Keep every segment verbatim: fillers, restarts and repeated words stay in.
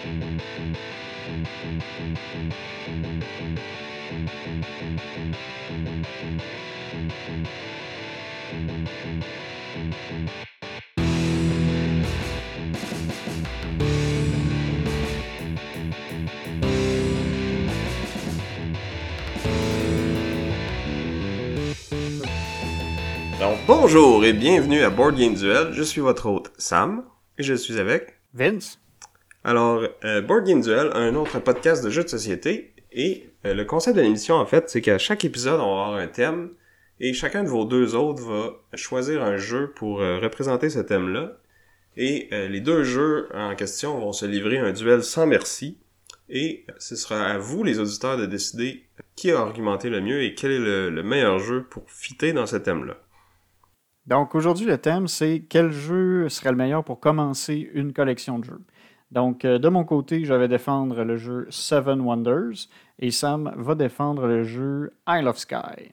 Donc, bonjour et bienvenue à Board Game Duel. Je suis votre hôte Sam et je suis avec Vince. Alors, euh, Board Game Duel, un autre podcast de jeux de société, et euh, le concept de l'émission, en fait, c'est qu'à chaque épisode, on va avoir un thème, et chacun de vos deux autres va choisir un jeu pour euh, représenter ce thème-là, et euh, les deux jeux en question vont se livrer un duel sans merci, et ce sera à vous, les auditeurs, de décider qui a argumenté le mieux et quel est le, le meilleur jeu pour fitter dans ce thème-là. Donc aujourd'hui, le thème, c'est quel jeu serait le meilleur pour commencer une collection de jeux. Donc, euh, de mon côté, je vais défendre le jeu Seven Wonders et Sam va défendre le jeu Isle of Skye.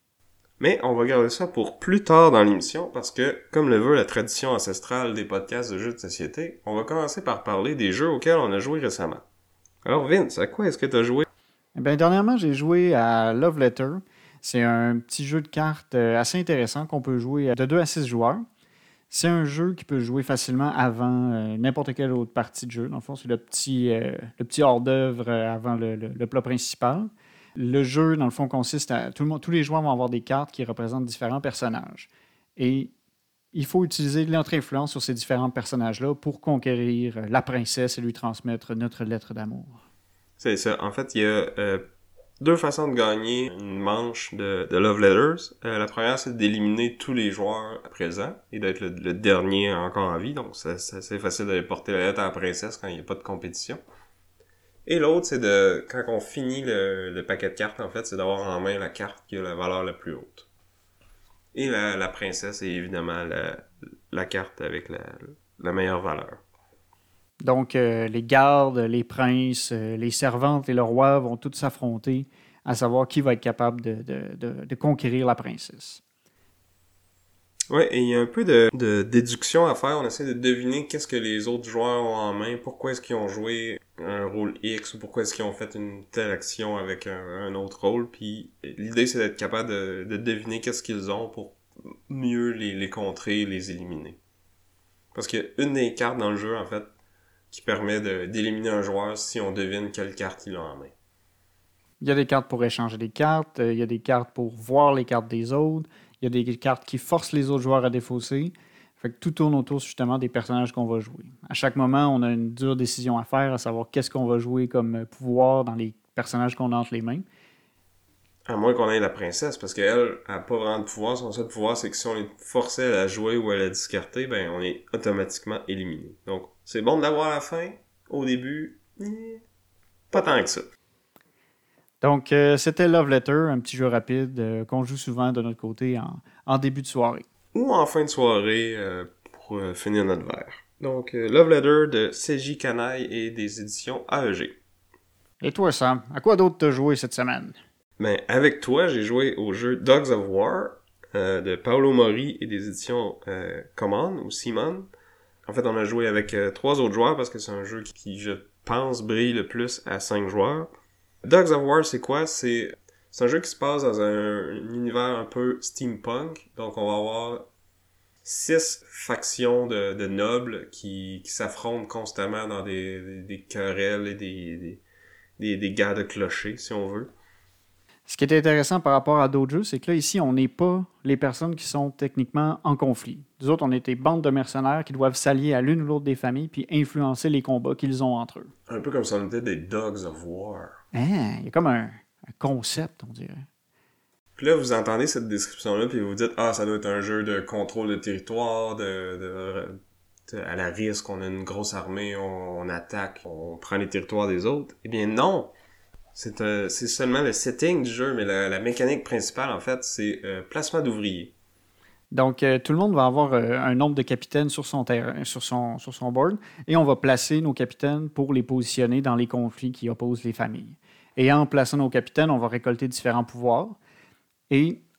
Mais on va garder ça pour plus tard dans l'émission parce que, comme le veut la tradition ancestrale des podcasts de jeux de société, on va commencer par parler des jeux auxquels on a joué récemment. Alors Vince, à quoi est-ce que tu as joué? Eh bien, dernièrement, j'ai joué à Love Letter. C'est un petit jeu de cartes assez intéressant qu'on peut jouer de deux à six joueurs. C'est un jeu qui peut jouer facilement avant euh, n'importe quelle autre partie de jeu. Dans le fond, c'est le petit, euh, le petit hors-d'œuvre avant le, le, le plat principal. Le jeu, dans le fond, consiste à... Tout le monde, tous les joueurs vont avoir des cartes qui représentent différents personnages. Et il faut utiliser notre influence sur ces différents personnages-là pour conquérir la princesse et lui transmettre notre lettre d'amour. C'est ça. En fait, il y a euh, deux façons de gagner une manche de, de Love Letters. Euh, la première, c'est d'éliminer tous les joueurs présents et d'être le, le dernier encore en vie. Donc, c'est, c'est assez facile d'aller porter la lettre à la princesse quand il n'y a pas de compétition. Et l'autre, c'est de, quand on finit le, le paquet de cartes, en fait, c'est d'avoir en main la carte qui a la valeur la plus haute. Et la, la princesse est évidemment la, la carte avec la, la meilleure valeur. Donc, euh, les gardes, les princes, euh, les servantes et le roi vont tous s'affronter à savoir qui va être capable de, de, de, de conquérir la princesse. Ouais, et il y a un peu de, de déduction à faire. On essaie de deviner qu'est-ce que les autres joueurs ont en main, pourquoi est-ce qu'ils ont joué un rôle X ou pourquoi est-ce qu'ils ont fait une telle action avec un, un autre rôle. Puis l'idée, c'est d'être capable de, de deviner qu'est-ce qu'ils ont pour mieux les, les contrer et les éliminer. Parce qu'il y a une des cartes dans le jeu, en fait, qui permet de, d'éliminer un joueur si on devine quelle carte il a en main. Il y a des cartes pour échanger des cartes, il y a des cartes pour voir les cartes des autres, il y a des cartes qui forcent les autres joueurs à défausser. Fait que tout tourne autour justement des personnages qu'on va jouer. À chaque moment, on a une dure décision à faire, à savoir qu'est-ce qu'on va jouer comme pouvoir dans les personnages qu'on a entre les mains. À moins qu'on ait la princesse, parce qu'elle n'a pas vraiment de pouvoir. Son seul pouvoir, c'est que si on est forcé à la jouer ou à la discarter, ben on est automatiquement éliminé. Donc, c'est bon de l'avoir à la fin. Au début, eh, pas tant que ça. Donc, euh, c'était Love Letter, un petit jeu rapide euh, qu'on joue souvent de notre côté en, en début de soirée. Ou en fin de soirée euh, pour euh, finir notre verre. Donc, euh, Love Letter de C J Canaille et des éditions A E G. Et toi, Sam, à quoi d'autre t'as joué cette semaine? Ben, avec toi, j'ai joué au jeu Dogs of War euh, de Paolo Mori et des éditions euh, Common ou Simon. En fait, on a joué avec euh, trois autres joueurs parce que c'est un jeu qui, qui, je pense, brille le plus à cinq joueurs. Dogs of War, c'est quoi? C'est, c'est un jeu qui se passe dans un, un univers un peu steampunk. Donc, on va avoir six factions de, de nobles qui, qui s'affrontent constamment dans des, des, des querelles et des, des, des, des guerres de clochers, si on veut. Ce qui est intéressant par rapport à d'autres jeux, c'est que là, ici, on n'est pas les personnes qui sont techniquement en conflit. Nous autres, on est des bandes de mercenaires qui doivent s'allier à l'une ou l'autre des familles puis influencer les combats qu'ils ont entre eux. Un peu comme si on était des Dogs of War. Ah, il y a comme un, un concept, on dirait. Puis là, vous entendez cette description-là, puis vous vous dites « Ah, ça doit être un jeu de contrôle de territoire, de, de, de à la risque, on a une grosse armée, on, on attaque, on prend les territoires des autres. » Eh bien non! C'est, euh, c'est seulement le setting du jeu, mais la, la mécanique principale, en fait, c'est euh, placement d'ouvriers. Donc, euh, tout le monde va avoir euh, un nombre de capitaines sur son terrain, sur son, sur son board, et on va placer nos capitaines pour les positionner dans les conflits qui opposent les familles. Et en plaçant nos capitaines, on va récolter différents pouvoirs. Et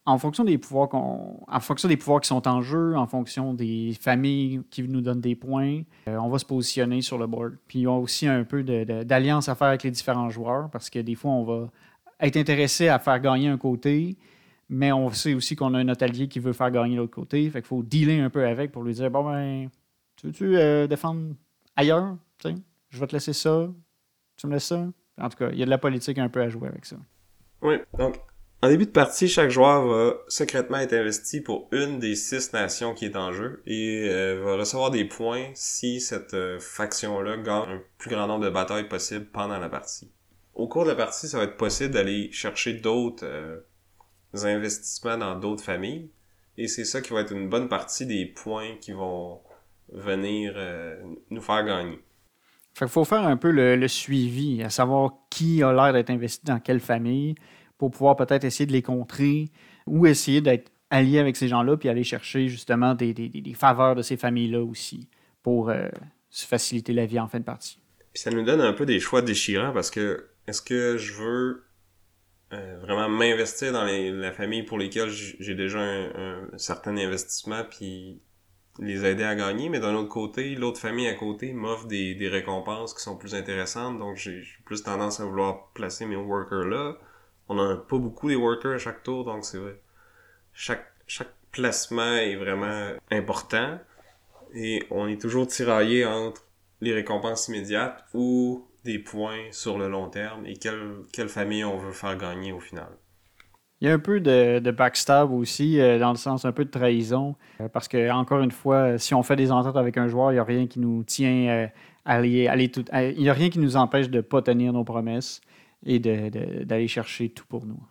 en fonction des pouvoirs qu'on, en fonction des pouvoirs qui sont en jeu, en fonction des familles qui nous donnent des points, euh, on va se positionner sur le board. Puis il y a aussi un peu de, de, d'alliance à faire avec les différents joueurs parce que des fois, on va être intéressé à faire gagner un côté, mais on sait aussi qu'on a un autre allié qui veut faire gagner l'autre côté. Fait qu'il faut dealer un peu avec pour lui dire, bon ben, tu veux-tu euh, défendre ailleurs? T'sais? Je vais te laisser ça. Tu me laisses ça? En tout cas, il y a de la politique un peu à jouer avec ça. Oui, donc en début de partie, chaque joueur va secrètement être investi pour une des six nations qui est en jeu et euh, va recevoir des points si cette euh, faction-là gagne un plus grand nombre de batailles possible pendant la partie. Au cours de la partie, ça va être possible d'aller chercher d'autres euh, investissements dans d'autres familles et c'est ça qui va être une bonne partie des points qui vont venir euh, nous faire gagner. Fait qu'il faut faire un peu le, le suivi, à savoir qui a l'air d'être investi dans quelle famille, pour pouvoir peut-être essayer de les contrer ou essayer d'être allié avec ces gens-là puis aller chercher justement des, des, des faveurs de ces familles-là aussi pour euh, se faciliter la vie en fin de partie. Puis ça nous donne un peu des choix déchirants parce que est-ce que je veux euh, vraiment m'investir dans les, la famille pour lesquelles j'ai déjà un, un certain investissement puis les aider à gagner, mais d'un autre côté, l'autre famille à côté m'offre des, des récompenses qui sont plus intéressantes, donc j'ai, j'ai plus tendance à vouloir placer mes workers là. On n'a pas beaucoup des workers à chaque tour, donc c'est vrai. Chaque, chaque placement est vraiment important et on est toujours tiraillé entre les récompenses immédiates ou des points sur le long terme et quelle, quelle famille on veut faire gagner au final. Il y a un peu de, de backstab aussi, euh, dans le sens un peu de trahison, euh, parce que encore une fois, si on fait des ententes avec un joueur, il n'y a rien qui nous tient euh, à aller, aller tout, à, il n'y a rien qui nous empêche de ne pas tenir nos promesses et de, de, d'aller chercher tout pour nous.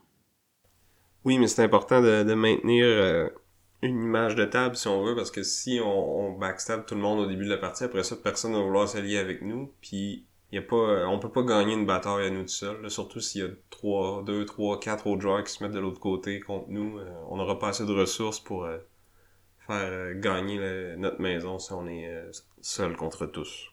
Oui, mais c'est important de, de maintenir euh, une image de table si on veut, parce que si on, on backstab tout le monde au début de la partie, après ça, personne ne va vouloir s'allier avec nous, puis y a pas, on peut pas gagner une bataille à nous tout seuls, là, surtout s'il y a trois, deux, trois, quatre autres joueurs qui se mettent de l'autre côté contre nous, euh, on n'aura pas assez de ressources pour euh, faire euh, gagner le, notre maison si on est euh, seul contre tous.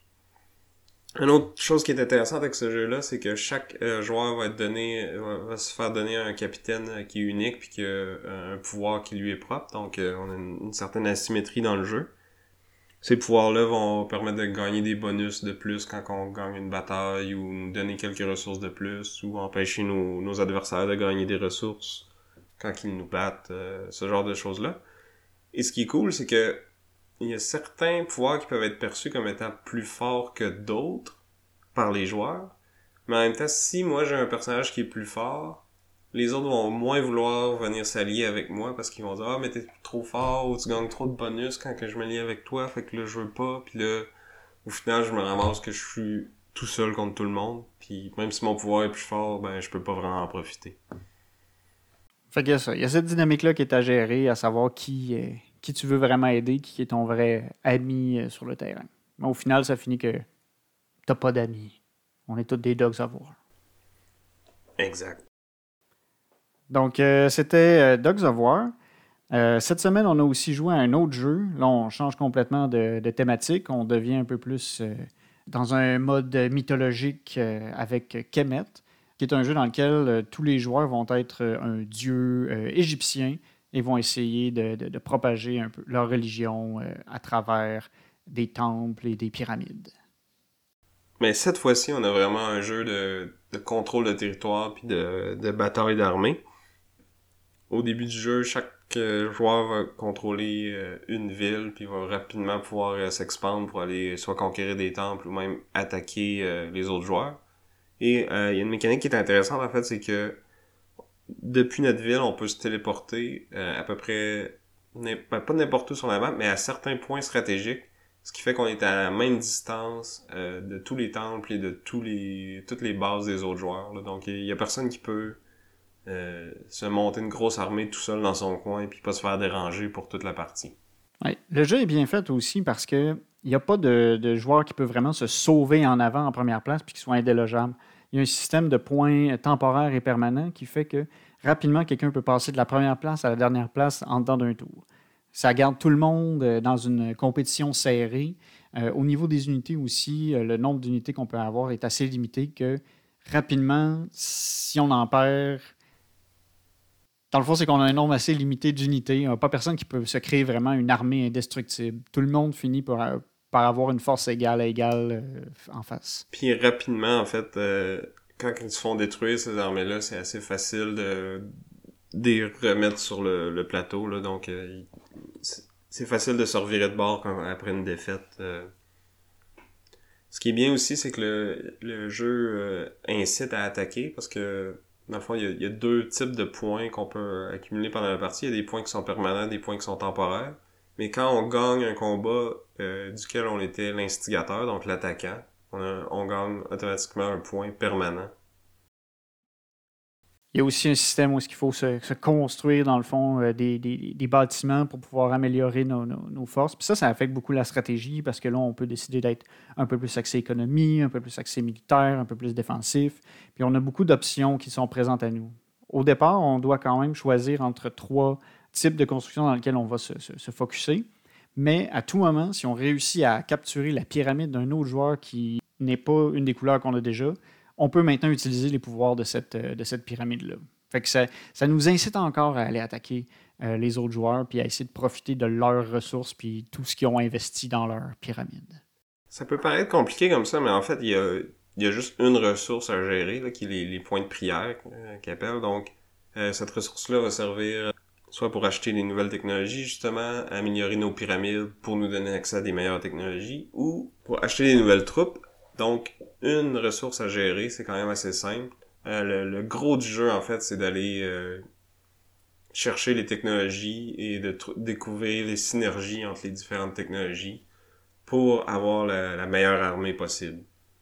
Une autre chose qui est intéressante avec ce jeu-là, c'est que chaque euh, joueur va être donné, va, va se faire donner un capitaine euh, qui est unique puis qui a euh, un pouvoir qui lui est propre. Donc, euh, on a une, une certaine asymétrie dans le jeu. Ces pouvoirs-là vont permettre de gagner des bonus de plus quand on gagne une bataille ou nous donner quelques ressources de plus ou empêcher nos, nos adversaires de gagner des ressources quand ils nous battent, euh, ce genre de choses-là. Et ce qui est cool, c'est que il y a certains pouvoirs qui peuvent être perçus comme étant plus forts que d'autres par les joueurs. Mais en même temps, si moi j'ai un personnage qui est plus fort, les autres vont moins vouloir venir s'allier avec moi parce qu'ils vont dire « Ah, mais t'es trop fort » ou « Tu gagnes trop de bonus quand que je me lie avec toi, fait que là, je veux pas. » Puis là, au final, je me ramasse que je suis tout seul contre tout le monde. Puis même si mon pouvoir est plus fort, ben je peux pas vraiment en profiter. Fait qu'il y a ça. Il y a cette dynamique-là qui est à gérer, à savoir qui... Euh... qui tu veux vraiment aider, qui est ton vrai ami sur le terrain. Mais au final, ça finit que t'as pas d'amis. On est tous des dogs of war. Exact. Donc, euh, c'était euh, Dogs of War. Euh, cette semaine, on a aussi joué à un autre jeu. Là, on change complètement de, de thématique. On devient un peu plus euh, dans un mode mythologique euh, avec Kemet, qui est un jeu dans lequel euh, tous les joueurs vont être euh, un dieu euh, égyptien et vont essayer de, de, de propager un peu leur religion euh, à travers des temples et des pyramides. Mais cette fois-ci, on a vraiment un jeu de, de contrôle de territoire puis de, de bataille d'armée. Au début du jeu, chaque euh, joueur va contrôler euh, une ville puis va rapidement pouvoir euh, s'expandre pour aller soit conquérir des temples ou même attaquer euh, les autres joueurs. Et il euh, y a une mécanique qui est intéressante en fait, c'est que depuis notre ville, on peut se téléporter euh, à peu près, pas n'importe où sur la map, mais à certains points stratégiques, ce qui fait qu'on est à la même distance euh, de tous les temples et de tous les toutes les bases des autres joueurs. Là. Donc, il y a personne qui peut euh, se monter une grosse armée tout seul dans son coin et puis pas se faire déranger pour toute la partie. Ouais. Le jeu est bien fait aussi parce que il n'y a pas de, de joueur qui peut vraiment se sauver en avant en première place puis qui soit indélogeable. Il y a un système de points temporaires et permanents qui fait que rapidement, quelqu'un peut passer de la première place à la dernière place en dedans d'un tour. Ça garde tout le monde dans une compétition serrée. Euh, au niveau des unités aussi, le nombre d'unités qu'on peut avoir est assez limité que rapidement, si on en perd, Dans le fond, c'est qu'on a un nombre assez limité d'unités. Il n'y a pas personne qui peut se créer vraiment une armée indestructible. Tout le monde finit par, par avoir une force égale à égale euh, en face. Puis rapidement, en fait, euh, quand ils se font détruire, ces armées-là, c'est assez facile de, de les remettre sur le, le plateau. Là, donc, euh, c'est, c'est facile de se revirer de bord quand, après une défaite. Euh. Ce qui est bien aussi, c'est que le, le jeu euh, incite à attaquer parce que dans le fond, il y, a, il y a deux types de points qu'on peut accumuler pendant la partie. Il y a des points qui sont permanents, des points qui sont temporaires. Mais quand on gagne un combat euh, duquel on était l'instigateur, donc l'attaquant, on, a, on gagne automatiquement un point permanent. Il y a aussi un système où il faut se, se construire, dans le fond, euh, des, des, des bâtiments pour pouvoir améliorer nos, nos, nos forces. Puis ça, ça affecte beaucoup la stratégie parce que là, on peut décider d'être un peu plus axé économie, un peu plus axé militaire, un peu plus défensif. Puis on a beaucoup d'options qui sont présentes à nous. Au départ, on doit quand même choisir entre trois types de construction dans lesquels on va se, se, se focusser. Mais à tout moment, si on réussit à capturer la pyramide d'un autre joueur qui n'est pas une des couleurs qu'on a déjà, on peut maintenant utiliser les pouvoirs de cette, de cette pyramide-là. Fait que ça, ça nous incite encore à aller attaquer euh, les autres joueurs puis à essayer de profiter de leurs ressources puis tout ce qu'ils ont investi dans leur pyramide. Ça peut paraître compliqué comme ça, mais en fait, il y a, il y a juste une ressource à gérer, là, qui est les, les points de prière euh, qu'ils appellent. Donc, euh, cette ressource-là va servir soit pour acheter des nouvelles technologies, justement, améliorer nos pyramides pour nous donner accès à des meilleures technologies, ou pour acheter des nouvelles troupes. Donc, une ressource à gérer, c'est quand même assez simple. Euh, le, le gros du jeu, en fait, c'est d'aller euh, chercher les technologies et de tr- découvrir les synergies entre les différentes technologies pour avoir la, la meilleure armée possible.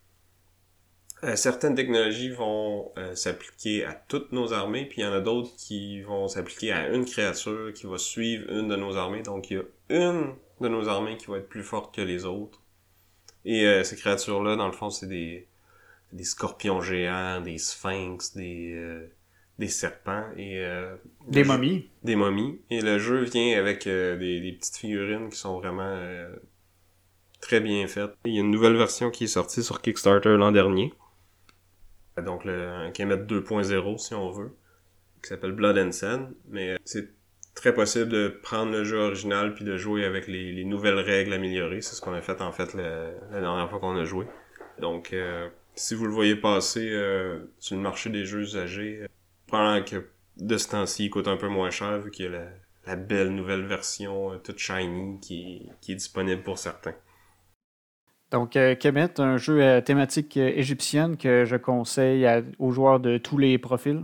Euh, certaines technologies vont euh, s'appliquer à toutes nos armées, puis il y en a d'autres qui vont s'appliquer à une créature qui va suivre une de nos armées. Donc, il y a une de nos armées qui va être plus forte que les autres. Et euh, ces créatures-là, dans le fond, c'est des, des scorpions géants, des sphinx, des, euh, des serpents et... Euh, des jeu, momies. Des momies. Et le jeu vient avec euh, des, des petites figurines qui sont vraiment euh, très bien faites. Il y a une nouvelle version qui est sortie sur Kickstarter l'an dernier. Donc, le, un Kemet deux point zéro, si on veut, qui s'appelle Blood and Sand. Mais euh, c'est très possible de prendre le jeu original puis de jouer avec les, les nouvelles règles améliorées. C'est ce qu'on a fait en fait le, la dernière fois qu'on a joué. Donc euh, si vous le voyez passer euh, sur le marché des jeux usagés, euh, probablement que de ce temps-ci il coûte un peu moins cher vu qu'il y a la, la belle nouvelle version euh, toute shiny qui, qui est disponible pour certains. Donc euh, Kemet, un jeu à thématique euh, égyptienne que je conseille à, aux joueurs de tous les profils.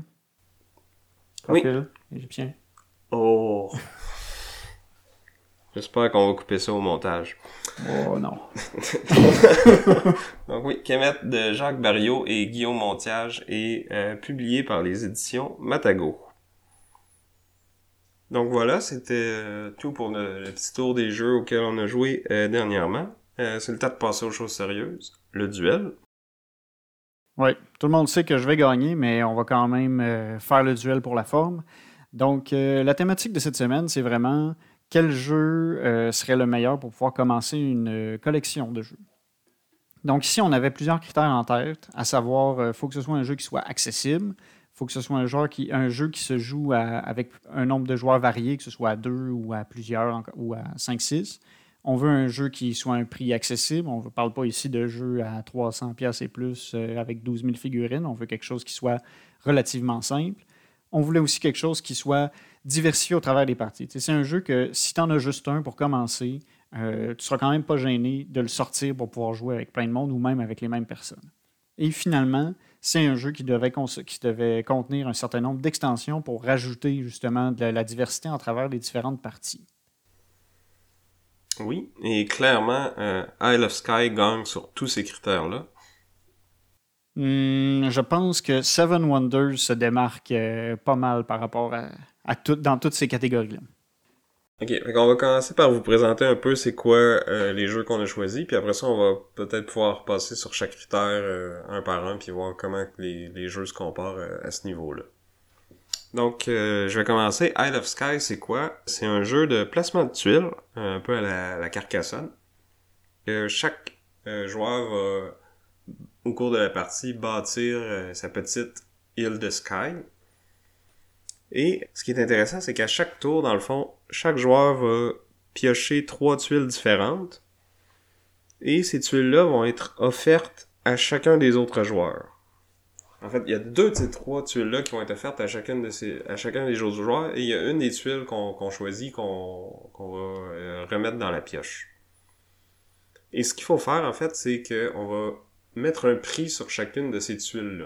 Profil oui. Égyptien. Oh! J'espère qu'on va couper ça au montage. Oh non. Donc oui, Kemet de Jacques Barriot et Guillaume Montiage est euh, publié par les éditions Matago. Donc voilà, c'était euh, tout pour le, le petit tour des jeux auxquels on a joué euh, dernièrement. Euh, c'est le temps de passer aux choses sérieuses. Le duel. Oui, tout le monde sait que je vais gagner, mais on va quand même euh, faire le duel pour la forme. Donc, euh, la thématique de cette semaine, c'est vraiment quel jeu euh, serait le meilleur pour pouvoir commencer une euh, collection de jeux. Donc ici, on avait plusieurs critères en tête, à savoir, il euh, faut que ce soit un jeu qui soit accessible, il faut que ce soit un, joueur qui, un jeu qui se joue à, avec un nombre de joueurs variés, que ce soit à deux ou à plusieurs ou à cinq six. On veut un jeu qui soit à un prix accessible. On ne parle pas ici de jeux à trois cents dollars et plus euh, avec douze mille figurines. On veut quelque chose qui soit relativement simple. On voulait aussi quelque chose qui soit diversifié au travers des parties. T'sais, c'est un jeu que si tu en as juste un pour commencer, euh, tu ne seras quand même pas gêné de le sortir pour pouvoir jouer avec plein de monde ou même avec les mêmes personnes. Et finalement, c'est un jeu qui devait, cons- qui devait contenir un certain nombre d'extensions pour rajouter justement de la diversité à travers les différentes parties. Oui, et clairement, euh, Isle of Sky gagne sur tous ces critères-là. Hum, je pense que Seven Wonders se démarque euh, pas mal par rapport à, à tout, dans toutes ces catégories-là. Ok, fait qu'on va commencer par vous présenter un peu c'est quoi euh, les jeux qu'on a choisis, puis après ça, on va peut-être pouvoir passer sur chaque critère euh, un par un, puis voir comment les, les jeux se comparent euh, à ce niveau-là. Donc, euh, je vais commencer. Isle of Sky, c'est quoi? C'est un jeu de placement de tuiles, un peu à la, la Carcassonne. Euh, chaque euh, joueur va, au cours de la partie, bâtir euh, sa petite île de Sky. Et ce qui est intéressant, c'est qu'à chaque tour, dans le fond, chaque joueur va piocher trois tuiles différentes. Et ces tuiles-là vont être offertes à chacun des autres joueurs. En fait, il y a deux de ces trois tuiles-là qui vont être offertes à chacun de ces, à chacun des autres joueurs. Et il y a une des tuiles qu'on, qu'on choisit, qu'on, qu'on va euh, remettre dans la pioche. Et ce qu'il faut faire, en fait, c'est qu'on va mettre un prix sur chacune de ces tuiles-là.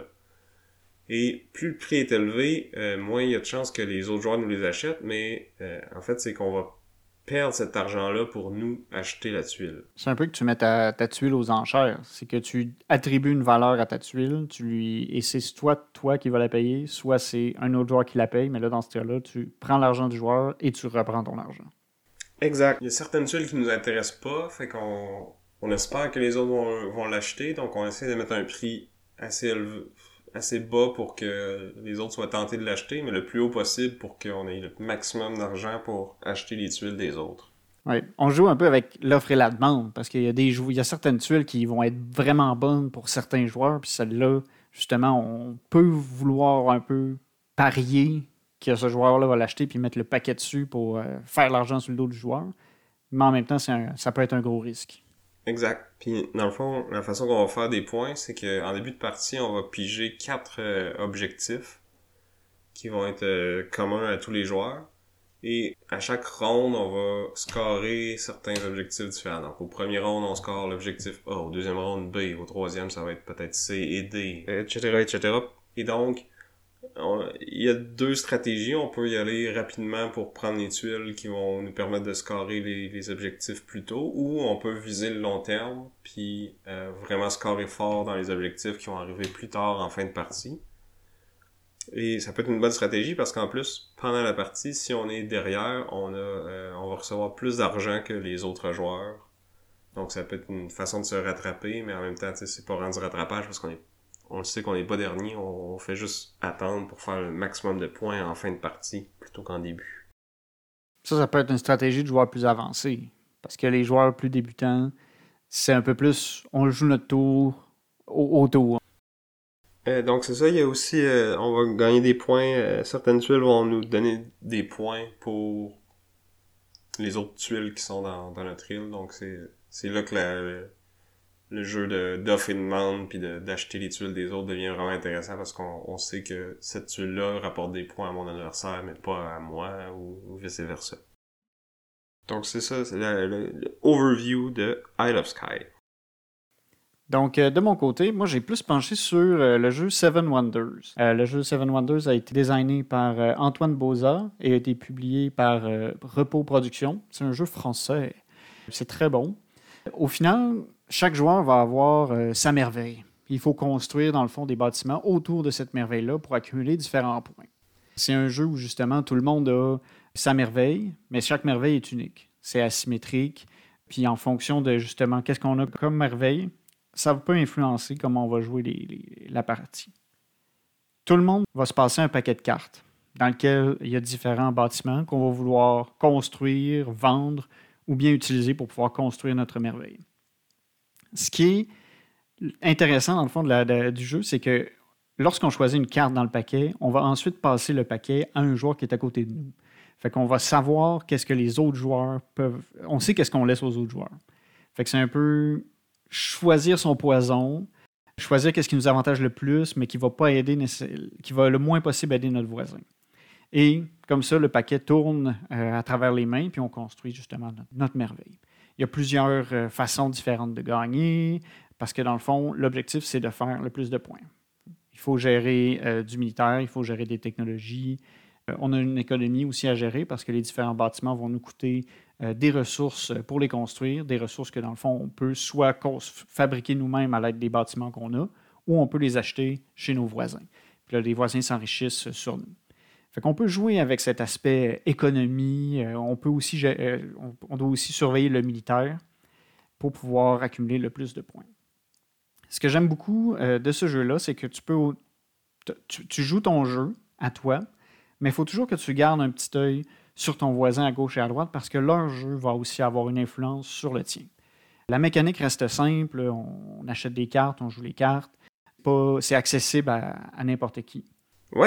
Et plus le prix est élevé, euh, moins il y a de chances que les autres joueurs nous les achètent, mais euh, en fait, c'est qu'on va perdre cet argent-là pour nous acheter la tuile. C'est un peu que tu mets ta, ta tuile aux enchères. C'est que tu attribues une valeur à ta tuile, tu lui et c'est soit toi qui vas la payer, soit c'est un autre joueur qui la paye, mais là, dans ce cas-là, tu prends l'argent du joueur et tu reprends ton argent. Exact. Il y a certaines tuiles qui nous intéressent pas, fait qu'on on espère que les autres vont, vont l'acheter, donc on essaie de mettre un prix assez élevé, assez bas pour que les autres soient tentés de l'acheter, mais le plus haut possible pour qu'on ait le maximum d'argent pour acheter les tuiles des autres. Oui, on joue un peu avec l'offre et la demande, parce qu'il y a des jou- il y a certaines tuiles qui vont être vraiment bonnes pour certains joueurs, puis celles-là, justement, on peut vouloir un peu parier que ce joueur-là va l'acheter puis mettre le paquet dessus pour euh, faire l'argent sur le dos du joueur. Mais en même temps, c'est un- ça peut être un gros risque. Exact. Puis, dans le fond, la façon qu'on va faire des points, c'est qu'en début de partie, on va piger quatre euh, objectifs qui vont être euh, communs à tous les joueurs. Et à chaque ronde, on va scorer certains objectifs différents. Donc, au premier round, on score l'objectif A. Au deuxième round, B. Au troisième, ça va être peut-être C et D, et cetera, et cetera. Et donc, on- il y a deux stratégies. On peut y aller rapidement pour prendre les tuiles qui vont nous permettre de scorer les, les objectifs plus tôt, ou on peut viser le long terme, puis euh, vraiment scorer fort dans les objectifs qui vont arriver plus tard en fin de partie. Et ça peut être une bonne stratégie parce qu'en plus, pendant la partie, si on est derrière, on a, euh, on va recevoir plus d'argent que les autres joueurs. Donc ça peut être une façon de se rattraper, mais en même temps, tu sais, c'est pas rendre du rattrapage parce qu'on est, on le sait qu'on n'est pas dernier, on, on fait juste attendre pour faire le maximum de points en fin de partie plutôt qu'en début. Ça, ça peut être une stratégie de joueurs plus avancés, parce que les joueurs plus débutants, c'est un peu plus, on joue notre tour au, au tour. Euh, donc c'est ça, il y a aussi, euh, on va gagner des points, euh, certaines tuiles vont nous donner des points pour les autres tuiles qui sont dans, dans notre île, donc c'est, c'est là que la, le, le jeu de, d'offre et de demande puis de, d'acheter les tuiles des autres devient vraiment intéressant parce qu'on on sait que cette tuile-là rapporte des points à mon adversaire mais pas à moi ou, ou vice-versa. Donc c'est ça, c'est le, le, le overview de Isle of Skye. Donc, euh, de mon côté, moi, j'ai plus penché sur euh, le jeu Seven Wonders. Euh, le jeu Seven Wonders a été designé par euh, Antoine Boza et a été publié par euh, Repos Productions. C'est un jeu français. C'est très bon. Au final, chaque joueur va avoir euh, sa merveille. Il faut construire, dans le fond, des bâtiments autour de cette merveille-là pour accumuler différents points. C'est un jeu où, justement, tout le monde a sa merveille, mais chaque merveille est unique. C'est asymétrique. Puis, en fonction de, justement, qu'est-ce qu'on a comme merveille, ça peut influencer comment on va jouer les, les, la partie. Tout le monde va se passer un paquet de cartes dans lequel il y a différents bâtiments qu'on va vouloir construire, vendre ou bien utiliser pour pouvoir construire notre merveille. Ce qui est intéressant dans le fond de la, de, du jeu, c'est que lorsqu'on choisit une carte dans le paquet, on va ensuite passer le paquet à un joueur qui est à côté de nous. Fait qu'on va savoir qu'est-ce que les autres joueurs peuvent... On sait qu'est-ce qu'on laisse aux autres joueurs. Fait que c'est un peu... choisir son poison, choisir qu'est-ce qui nous avantage le plus, mais qui va pas aider, qui va le moins possible aider notre voisin. Et comme ça, le paquet tourne euh, à travers les mains, puis on construit justement notre, notre merveille. Il y a plusieurs euh, façons différentes de gagner, parce que dans le fond, l'objectif, c'est de faire le plus de points. Il faut gérer euh, du militaire, il faut gérer des technologies. Euh, on a une économie aussi à gérer, parce que les différents bâtiments vont nous coûter Euh, des ressources pour les construire, des ressources que dans le fond, on peut soit cons- fabriquer nous-mêmes à l'aide des bâtiments qu'on a, ou on peut les acheter chez nos voisins. Puis là, les voisins s'enrichissent sur nous. Fait qu'on peut jouer avec cet aspect économie. Euh, on peut aussi, euh, on, on doit aussi surveiller le militaire pour pouvoir accumuler le plus de points. Ce que j'aime beaucoup euh, de ce jeu-là, c'est que tu peux, tu, tu joues ton jeu à toi, mais il faut toujours que tu gardes un petit œil sur ton voisin à gauche et à droite parce que leur jeu va aussi avoir une influence sur le tien. La mécanique reste simple, on achète des cartes, on joue les cartes. Pas, c'est accessible à, à n'importe qui. Ouais,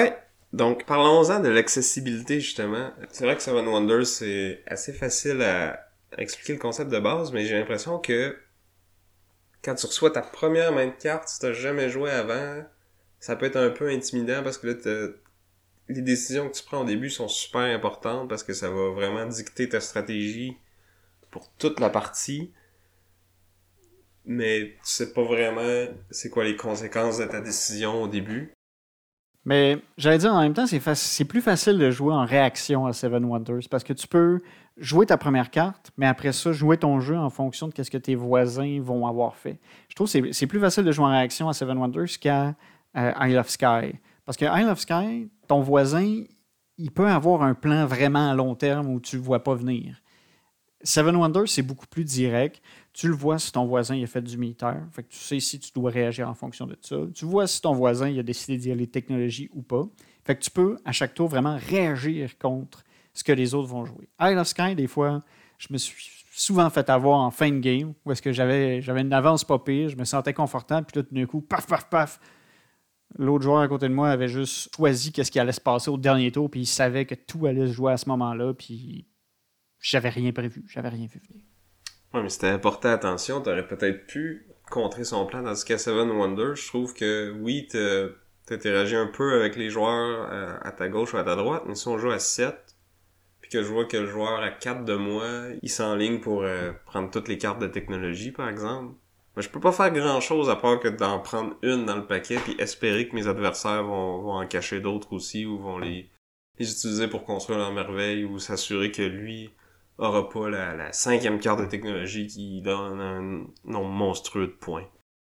Donc, parlons-en de l'accessibilité, justement. C'est vrai que Seven Wonders, c'est assez facile à, à expliquer le concept de base, mais j'ai l'impression que quand tu reçois ta première main de cartes, si t'as jamais joué avant, ça peut être un peu intimidant parce que là, t'as... les décisions que tu prends au début sont super importantes parce que ça va vraiment dicter ta stratégie pour toute la partie. Mais tu sais pas vraiment c'est quoi les conséquences de ta décision au début. Mais j'allais dire en même temps, c'est, faci- c'est plus facile de jouer en réaction à Seven Wonders parce que tu peux jouer ta première carte, mais après ça, jouer ton jeu en fonction de ce que tes voisins vont avoir fait. Je trouve que c'est, c'est plus facile de jouer en réaction à Seven Wonders qu'à euh, Isle of Sky. Parce que Isle of Sky, ton voisin, il peut avoir un plan vraiment à long terme où tu ne le vois pas venir. Seven Wonders, c'est beaucoup plus direct. Tu le vois si ton voisin il a fait du militaire. Fait que tu sais si tu dois réagir en fonction de ça. Tu vois si ton voisin il a décidé d'y aller technologie ou pas. Fait que tu peux, à chaque tour, vraiment réagir contre ce que les autres vont jouer. Isle of Sky, des fois, je me suis souvent fait avoir en fin de game où est-ce que j'avais, j'avais une avance pas pire, je me sentais confortable, puis là, tout d'un coup, paf, paf, paf, l'autre joueur à côté de moi avait juste choisi qu'est-ce qui allait se passer au dernier tour, puis il savait que tout allait se jouer à ce moment-là, puis j'avais rien prévu, j'avais rien vu venir. Ouais, mais si t'avais porté attention, t'aurais peut-être pu contrer son plan. Tandis qu'à Seven Wonders, je trouve que oui, t'as, t'interagis un peu avec les joueurs à, à ta gauche ou à ta droite, mais si on joue à sept, puis que je vois que le joueur à quatre de moi, il s'enligne pour euh, prendre toutes les cartes de technologie, par exemple, ben, je peux pas faire grand-chose à part que d'en prendre une dans le paquet puis espérer que mes adversaires vont, vont en cacher d'autres aussi ou vont les, les utiliser pour construire leur merveille ou s'assurer que lui aura pas la, la cinquième carte de technologie qui donne un nombre monstrueux de points.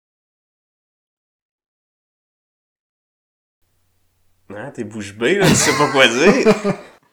Hein, t'es bouche bée, là, tu sais pas quoi dire.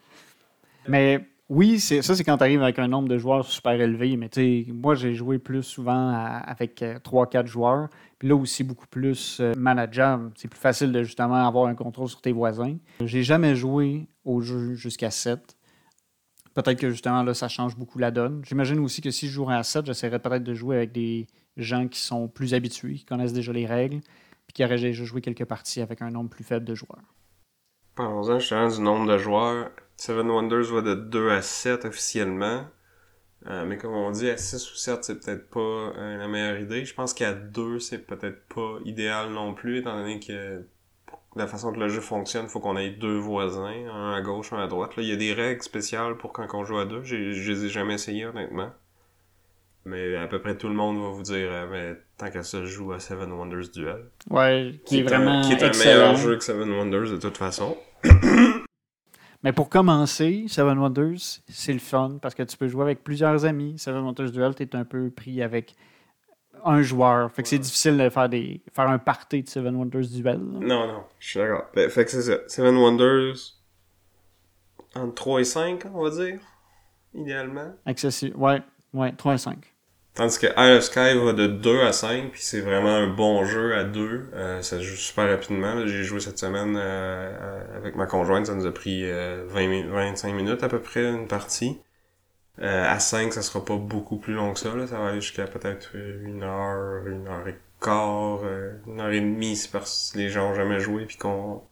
Mais oui, c'est, ça, c'est quand tu arrives avec un nombre de joueurs super élevé. Mais tu sais, moi, j'ai joué plus souvent à- avec euh, trois quatre joueurs. Puis là aussi, beaucoup plus euh, manageable. C'est plus facile de justement avoir un contrôle sur tes voisins. J'ai jamais joué au jeu jusqu'à sept. Peut-être que justement, là, ça change beaucoup la donne. J'imagine aussi que si je jouerais à sept, j'essaierais peut-être de jouer avec des gens qui sont plus habitués, qui connaissent déjà les règles, puis qui auraient déjà joué quelques parties avec un nombre plus faible de joueurs. Parlons-en justement du nombre de joueurs. Seven Wonders va de deux à sept officiellement. Euh, mais comme on dit, à six ou sept, c'est peut-être pas euh, la meilleure idée. Je pense qu'à deux, c'est peut-être pas idéal non plus, étant donné que la façon que le jeu fonctionne, il faut qu'on ait deux voisins, un à gauche, un à droite. Là, il y a des règles spéciales pour quand on joue à deux. J'ai, je les ai jamais essayées, honnêtement. Mais à peu près tout le monde va vous dire, euh, mais tant qu'à ça, je joue à Seven Wonders Duel. Ouais, qui, Qui est est, vraiment un, qui est un excellent. meilleur jeu que Seven Wonders de toute façon. Mais pour commencer, Seven Wonders, c'est le fun parce que tu peux jouer avec plusieurs amis. Seven Wonders Duel, tu es un peu pris avec un joueur. Fait que c'est difficile de faire, des, faire un party de Seven Wonders Duel. Là. Non, non, je suis d'accord. Ben, fait que c'est ça. Seven Wonders, entre trois et cinq, on va dire, idéalement. Accessible. Ouais, ouais, trois et cinq. Tandis que Isle of Sky va de deux à cinq, puis c'est vraiment un bon jeu à deux. Euh, ça se joue super rapidement. Là. J'ai joué cette semaine euh, avec ma conjointe, ça nous a pris euh, vingt, vingt-cinq minutes à peu près, une partie. Euh, à cinq, ça sera pas beaucoup plus long que ça. Là. Ça va aller jusqu'à peut-être une heure, une heure et quart, euh, une heure et demie si parce que les gens ont jamais joué puis qu'on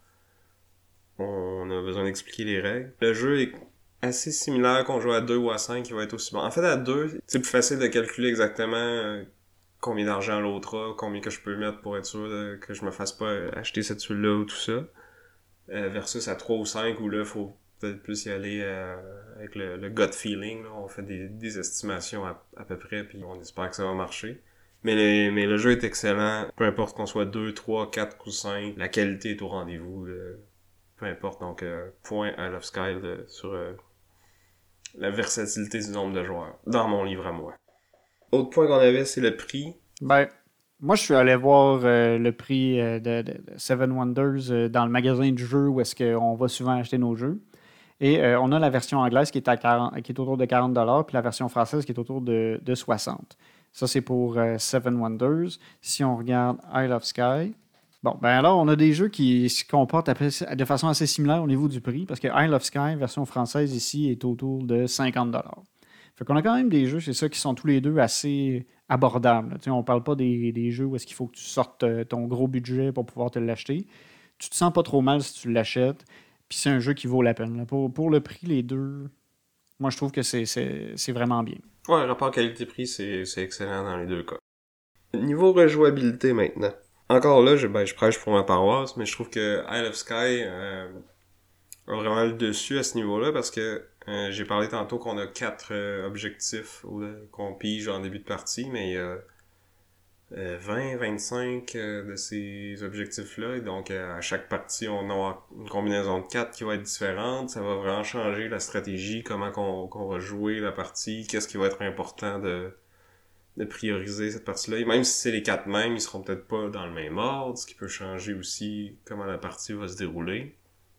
on a besoin d'expliquer les règles. Le jeu est assez similaire qu'on joue à deux ou à cinq, il va être aussi bon. En fait, à deux, c'est plus facile de calculer exactement euh, combien d'argent l'autre a, combien que je peux mettre pour être sûr de, que je me fasse pas acheter cette tuile-là ou tout ça. Euh, versus à trois ou cinq, où là, il faut peut-être plus y aller euh, avec le, le gut feeling. Là. On fait des, des estimations à, à peu près, puis on espère que ça va marcher. Mais, les, mais le jeu est excellent. Peu importe qu'on soit deux, trois, quatre ou cinq, la qualité est au rendez-vous. Là. Peu importe. Donc, euh, point Isle of Sky là, sur euh, la versatilité du nombre de joueurs. Dans mon livre à moi. Autre point qu'on avait, c'est le prix. Ben, moi, je suis allé voir euh, le prix euh, de, de, de Seven Wonders euh, dans le magasin du jeu où est-ce qu'on va souvent acheter nos jeux. Et euh, on a la version anglaise qui est, à quarante, qui est autour de quarante dollars, puis la version française qui est autour de, de soixante. Ça, c'est pour euh, Seven Wonders. Si on regarde Isle of Sky, bon, ben alors, on a des jeux qui se comportent de façon assez similaire au niveau du prix, parce que Isle of Sky, version française ici, est autour de cinquante dollars. Fait qu'on a quand même des jeux, c'est ça, qui sont tous les deux assez abordables. Tu sais, on ne parle pas des, des jeux où est-ce qu'il faut que tu sortes ton gros budget pour pouvoir te l'acheter. Tu te sens pas trop mal si tu l'achètes. Puis c'est un jeu qui vaut la peine. Là. Pour, pour le prix, les deux, moi je trouve que c'est, c'est, c'est vraiment bien. Ouais, le rapport qualité-prix, c'est, c'est excellent dans les deux cas. Niveau rejouabilité maintenant. Encore là, je, ben, je prêche pour ma paroisse, mais je trouve que Isle of Sky euh, a vraiment le dessus à ce niveau-là parce que euh, j'ai parlé tantôt qu'on a quatre euh, objectifs euh, qu'on pige en début de partie, mais il y a euh, vingt, vingt-cinq euh, de ces objectifs-là, et donc euh, à chaque partie, on a une combinaison de quatre qui va être différente. Ça va vraiment changer la stratégie, comment qu'on, qu'on va jouer la partie, qu'est-ce qui va être important de... de prioriser cette partie-là. Et même si c'est les quatre mêmes, ils seront peut-être pas dans le même ordre, ce qui peut changer aussi comment la partie va se dérouler.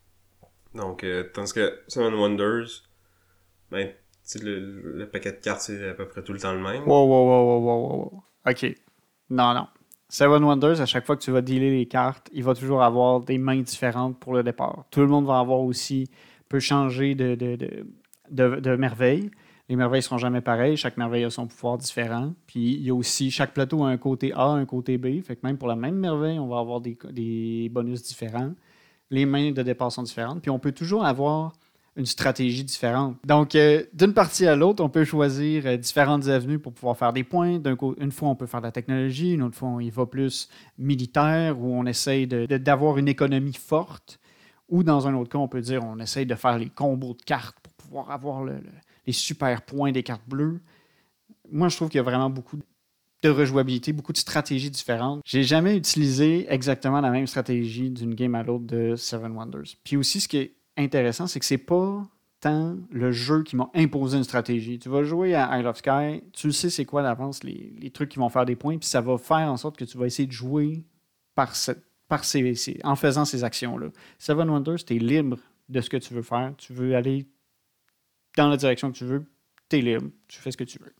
Donc, euh, tandis que Seven Wonders, ben, le, le paquet de cartes, c'est à peu près tout le temps le même. Wow, wow, wow, wow, wow, wow. OK. Non, non. Seven Wonders, à chaque fois que tu vas dealer les cartes, il va toujours avoir des mains différentes pour le départ. Tout le monde va avoir aussi, peut changer de, de, de, de, de merveille. Les merveilles seront jamais pareilles. Chaque merveille a son pouvoir différent. Puis il y a aussi, chaque plateau a un côté A, un côté B. Fait que même pour la même merveille, on va avoir des, des bonus différents. Les mains de départ sont différentes. Puis on peut toujours avoir une stratégie différente. Donc, euh, d'une partie à l'autre, on peut choisir euh, différentes avenues pour pouvoir faire des points. D'un coup, une fois, on peut faire de la technologie. Une autre fois, on y va plus militaire, où on essaye de, de, d'avoir une économie forte. Ou dans un autre cas, on peut dire on essaye de faire les combos de cartes pour pouvoir avoir le, le, les super points des cartes bleues. Moi, je trouve qu'il y a vraiment beaucoup de rejouabilité, beaucoup de stratégies différentes. J'ai jamais utilisé exactement la même stratégie d'une game à l'autre de Seven Wonders. Puis aussi, ce qui est intéressant, c'est que c'est pas tant le jeu qui m'a imposé une stratégie. Tu vas jouer à Isle of Sky, tu sais c'est quoi d'avance les, les trucs qui vont faire des points, puis ça va faire en sorte que tu vas essayer de jouer par cette, par ces, ces, en faisant ces actions-là. Seven Wonders, tu es libre de ce que tu veux faire. Tu veux aller dans la direction que tu veux, tu es libre. Tu fais ce que tu veux.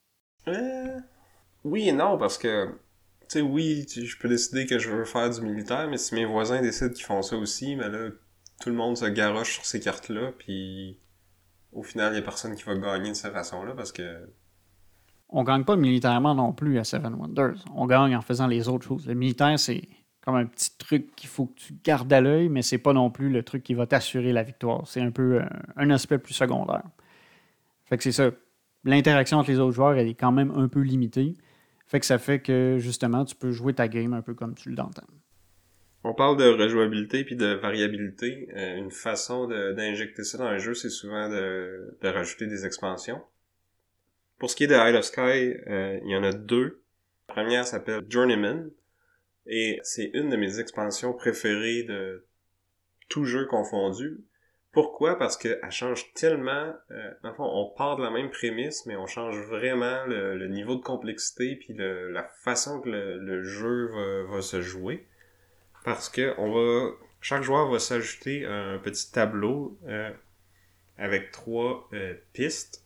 Euh, oui et non, parce que, tu sais, oui, je peux décider que je veux faire du militaire, mais si mes voisins décident qu'ils font ça aussi, mais là, tout le monde se garoche sur ces cartes-là, puis au final, il n'y a personne qui va gagner de cette façon-là, parce que... On gagne pas militairement non plus à Seven Wonders. On gagne en faisant les autres choses. Le militaire, c'est comme un petit truc qu'il faut que tu gardes à l'œil, mais c'est pas non plus le truc qui va t'assurer la victoire. C'est un peu un, un aspect plus secondaire. Fait que c'est ça. L'interaction entre les autres joueurs, elle est quand même un peu limitée. Fait que ça fait que, justement, tu peux jouer ta game un peu comme tu l'entends. On parle de rejouabilité puis de variabilité. Euh, une façon de, d'injecter ça dans un jeu, c'est souvent de, de rajouter des expansions. Pour ce qui est de Isle of Sky, euh, il y en a deux. La première s'appelle Journeyman, et c'est une de mes expansions préférées de tout jeu confondu. Pourquoi? Parce qu'elle change tellement... Euh, dans le fond, on part de la même prémisse, mais on change vraiment le, le niveau de complexité puis le, la façon que le, le jeu va, va se jouer. Parce que on va, chaque joueur va s'ajouter un petit tableau euh, avec trois euh, pistes.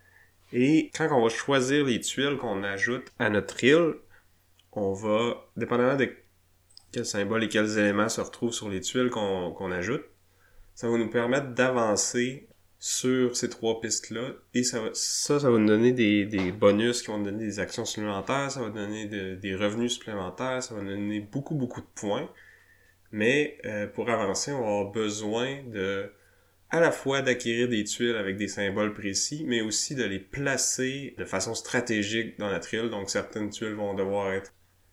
Et quand on va choisir les tuiles qu'on ajoute à notre île, on va, dépendamment de quels symboles et quels éléments se retrouvent sur les tuiles qu'on, qu'on ajoute, ça va nous permettre d'avancer sur ces trois pistes-là. Et ça, va, ça, ça va nous donner des, des bonus qui vont nous donner des actions supplémentaires, ça va donner de, des revenus supplémentaires, ça va nous donner beaucoup, beaucoup de points. Mais euh, pour avancer, on va avoir besoin de à la fois d'acquérir des tuiles avec des symboles précis, mais aussi de les placer de façon stratégique dans notre île. Donc certaines tuiles vont devoir être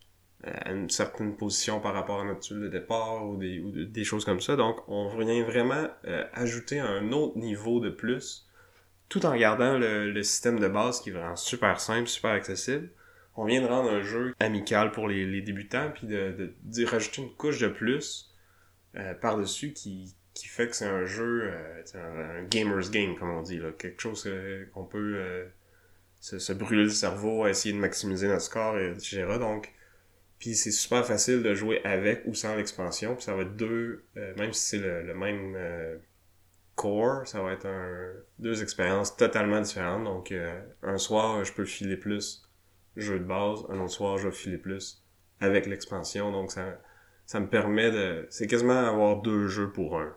à une certaine position par rapport à notre tuile de départ ou des, ou des choses comme ça. Donc on vient vraiment euh, ajouter un autre niveau de plus, tout en gardant le, le système de base qui est vraiment super simple, super accessible. On vient de rendre un jeu amical pour les, les débutants, puis de, de, de rajouter une couche de plus euh, par-dessus qui, qui fait que c'est un jeu, euh, un, un gamer's game, comme on dit, là. Quelque chose euh, qu'on peut euh, se, se brûler le cerveau, essayer de maximiser notre score, et cetera. Donc, puis c'est super facile de jouer avec ou sans l'expansion, puis ça va être deux, euh, même si c'est le, le même euh, core, ça va être un, deux expériences totalement différentes. Donc, euh, un soir, je peux filer plus jeu de base, un autre soir je vais filer plus avec l'expansion, donc ça ça me permet de... c'est quasiment avoir deux jeux pour un.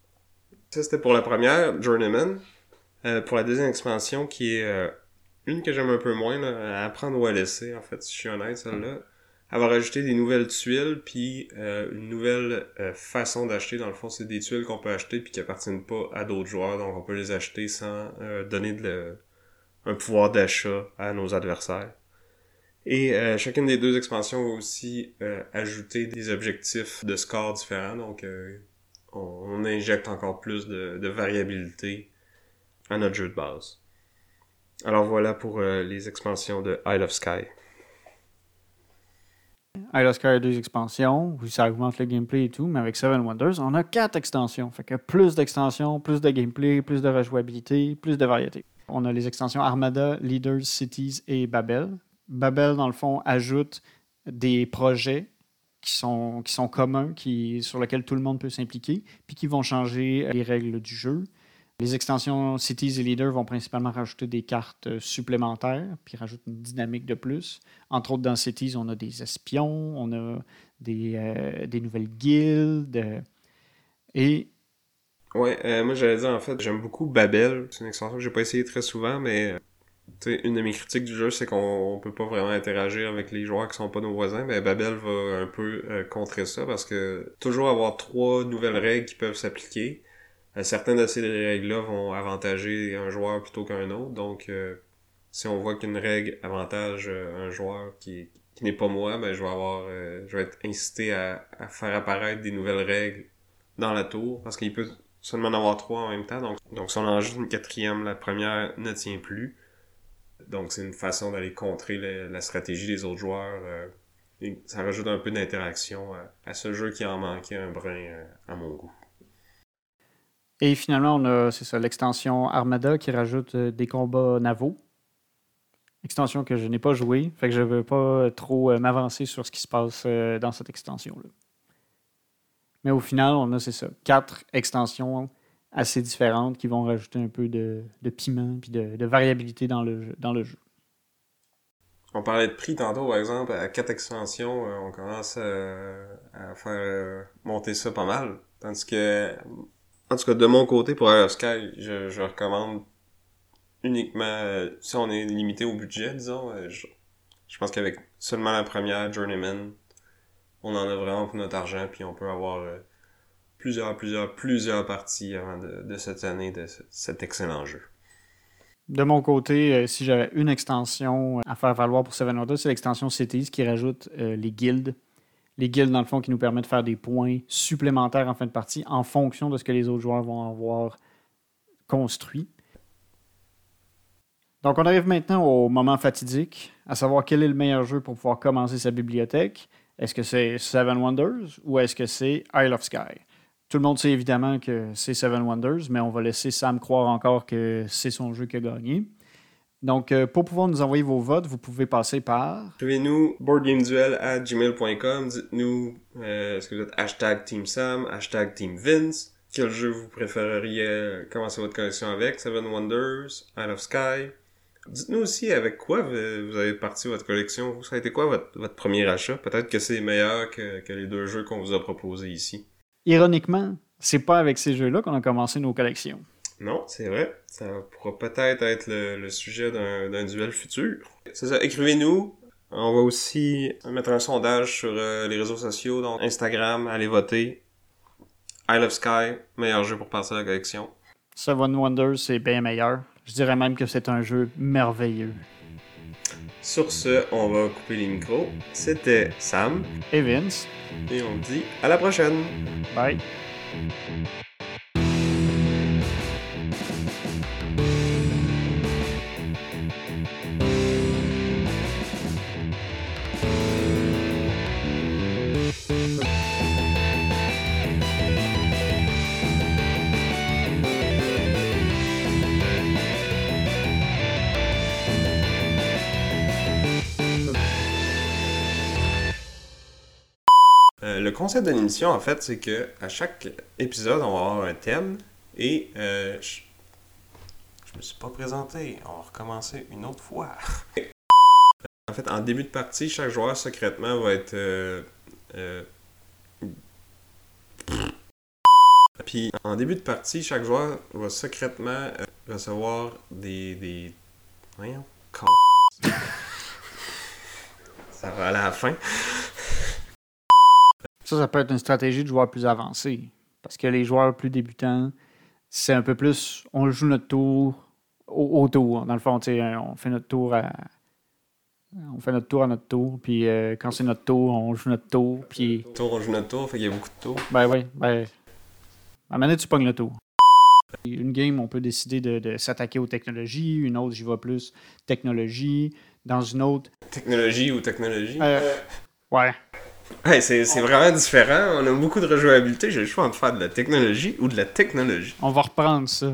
Ça c'était pour la première, Journeyman. Euh, pour la deuxième expansion, qui est euh, une que j'aime un peu moins, là, à apprendre ou à laisser, en fait, si je suis honnête, celle-là, Elle va rajouter des nouvelles tuiles, puis euh, une nouvelle euh, façon d'acheter. Dans le fond, c'est des tuiles qu'on peut acheter puis qui appartiennent pas à d'autres joueurs, donc on peut les acheter sans euh, donner de le, un pouvoir d'achat à nos adversaires. Et euh, chacune des deux expansions va aussi euh, ajouter des objectifs de score différents, donc euh, on, on injecte encore plus de, de variabilité à notre jeu de base. Alors voilà pour euh, les expansions de Isle of Sky. Isle of Sky a deux expansions, oui, ça augmente le gameplay et tout, mais avec Seven Wonders, on a quatre extensions. Fait que plus d'extensions, plus de gameplay, plus de rejouabilité, plus de variété. On a les extensions Armada, Leaders, Cities et Babel. Babel, dans le fond, ajoute des projets qui sont, qui sont communs, qui, sur lesquels tout le monde peut s'impliquer, puis qui vont changer les règles du jeu. Les extensions Cities et Leaders vont principalement rajouter des cartes supplémentaires, puis rajoutent une dynamique de plus. Entre autres, dans Cities, on a des espions, on a des, euh, des nouvelles guildes. Et. Ouais, euh, moi j'allais dire en fait, j'aime beaucoup Babel. C'est une extension que j'ai pas essayé très souvent, mais t'sais, une de mes critiques du jeu, c'est qu'on on peut pas vraiment interagir avec les joueurs qui sont pas nos voisins. Mais Babel va un peu euh, contrer ça parce que toujours avoir trois nouvelles règles qui peuvent s'appliquer. Certaines de ces règles-là vont avantager un joueur plutôt qu'un autre. Donc, euh, si on voit qu'une règle avantage euh, un joueur qui, qui n'est pas moi, ben je vais avoir, euh, je vais être incité à, à faire apparaître des nouvelles règles dans la tour, parce qu'il peut seulement en avoir trois en même temps. Donc, donc si on en ajoute une quatrième, la première ne tient plus. Donc, c'est une façon d'aller contrer la, la stratégie des autres joueurs. Euh, et ça rajoute un peu d'interaction à, à ce jeu qui en manquait un brin euh, à mon goût. Et finalement, on a, c'est ça, l'extension Armada qui rajoute euh, des combats navaux. Extension que je n'ai pas jouée, fait que je ne veux pas trop euh, m'avancer sur ce qui se passe euh, dans cette extension-là. Mais au final, on a, c'est ça, quatre extensions assez différentes qui vont rajouter un peu de, de piment et de, de variabilité dans le, jeu, dans le jeu. On parlait de prix tantôt, par exemple, à quatre extensions, euh, on commence euh, à faire euh, monter ça pas mal. Tandis que, en tout cas, de mon côté, pour Isle of Sky, je, je recommande uniquement, euh, si on est limité au budget, disons, euh, je, je pense qu'avec seulement la première Journeyman, on en a vraiment pour notre argent, puis on peut avoir euh, plusieurs, plusieurs, plusieurs parties avant de, de cette année, de ce, cet excellent jeu. De mon côté, euh, si j'avais une extension à faire valoir pour Seven Wonders, c'est l'extension Cities qui rajoute euh, les guildes. Les guildes, dans le fond, qui nous permettent de faire des points supplémentaires en fin de partie en fonction de ce que les autres joueurs vont avoir construit. Donc, on arrive maintenant au moment fatidique, à savoir quel est le meilleur jeu pour pouvoir commencer sa bibliothèque. Est-ce que c'est Seven Wonders ou est-ce que c'est Isle of Sky? Tout le monde sait évidemment que c'est Seven Wonders, mais on va laisser Sam croire encore que c'est son jeu qui a gagné. Donc, euh, pour pouvoir nous envoyer vos votes, vous pouvez passer par... Écrivez-nous boardgameduel arobase gmail point com. Dites-nous, euh, est-ce que vous êtes hashtag Team Sam, hashtag Team Vince? Quel jeu vous préféreriez commencer votre collection avec? Seven Wonders, Isle of Sky? Dites-nous aussi avec quoi vous avez parti votre collection. Ça a été quoi votre, votre premier achat? Peut-être que c'est meilleur que, que les deux jeux qu'on vous a proposés ici. Ironiquement, c'est pas avec ces jeux-là qu'on a commencé nos collections. Non, c'est vrai. Ça pourra peut-être être le, le sujet d'un, d'un duel futur. C'est ça, écrivez-nous. On va aussi mettre un sondage sur euh, les réseaux sociaux, donc Instagram, allez voter. Isle of Sky, meilleur jeu pour passer à la collection. Seven Wonders, c'est bien meilleur. Je dirais même que c'est un jeu merveilleux. Sur ce, on va couper les micros. C'était Sam. Et Vince. Et on dit à la prochaine. Bye. Le concept de l'émission, en fait, c'est que à chaque épisode, on va avoir un thème et euh, je, je me suis pas présenté. On va recommencer une autre fois. En fait, en début de partie, chaque joueur secrètement va être euh, euh, puis en début de partie, chaque joueur va secrètement euh, recevoir des des voyons, ça va à la fin. Ça, ça peut être une stratégie de joueurs plus avancés. Parce que les joueurs plus débutants, c'est un peu plus... On joue notre tour au, au tour. Dans le fond, on fait notre tour à... On fait notre tour à notre tour, puis euh, quand c'est notre tour, on joue notre tour, puis... Tour, on joue notre tour, fait qu'il y a beaucoup de tours. Ben oui, ben... À un moment donné, tu pognes le tour. Une game, on peut décider de, de s'attaquer aux technologies, une autre, j'y vais plus technologie, dans une autre... Technologie ou technologie? Euh, ouais. Hey, c'est, c'est vraiment différent, on a beaucoup de rejouabilité, j'ai le choix entre faire de la technologie ou de la technologie. On va reprendre ça.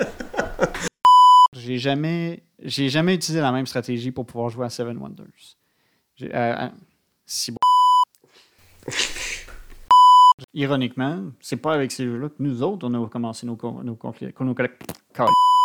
J'ai jamais... J'ai jamais utilisé la même stratégie pour pouvoir jouer à Seven Wonders. J'ai, euh, euh, si bon. Ironiquement, c'est pas avec ces jeux-là que nous autres, on a commencé nos, nos conflits. Nos collègues.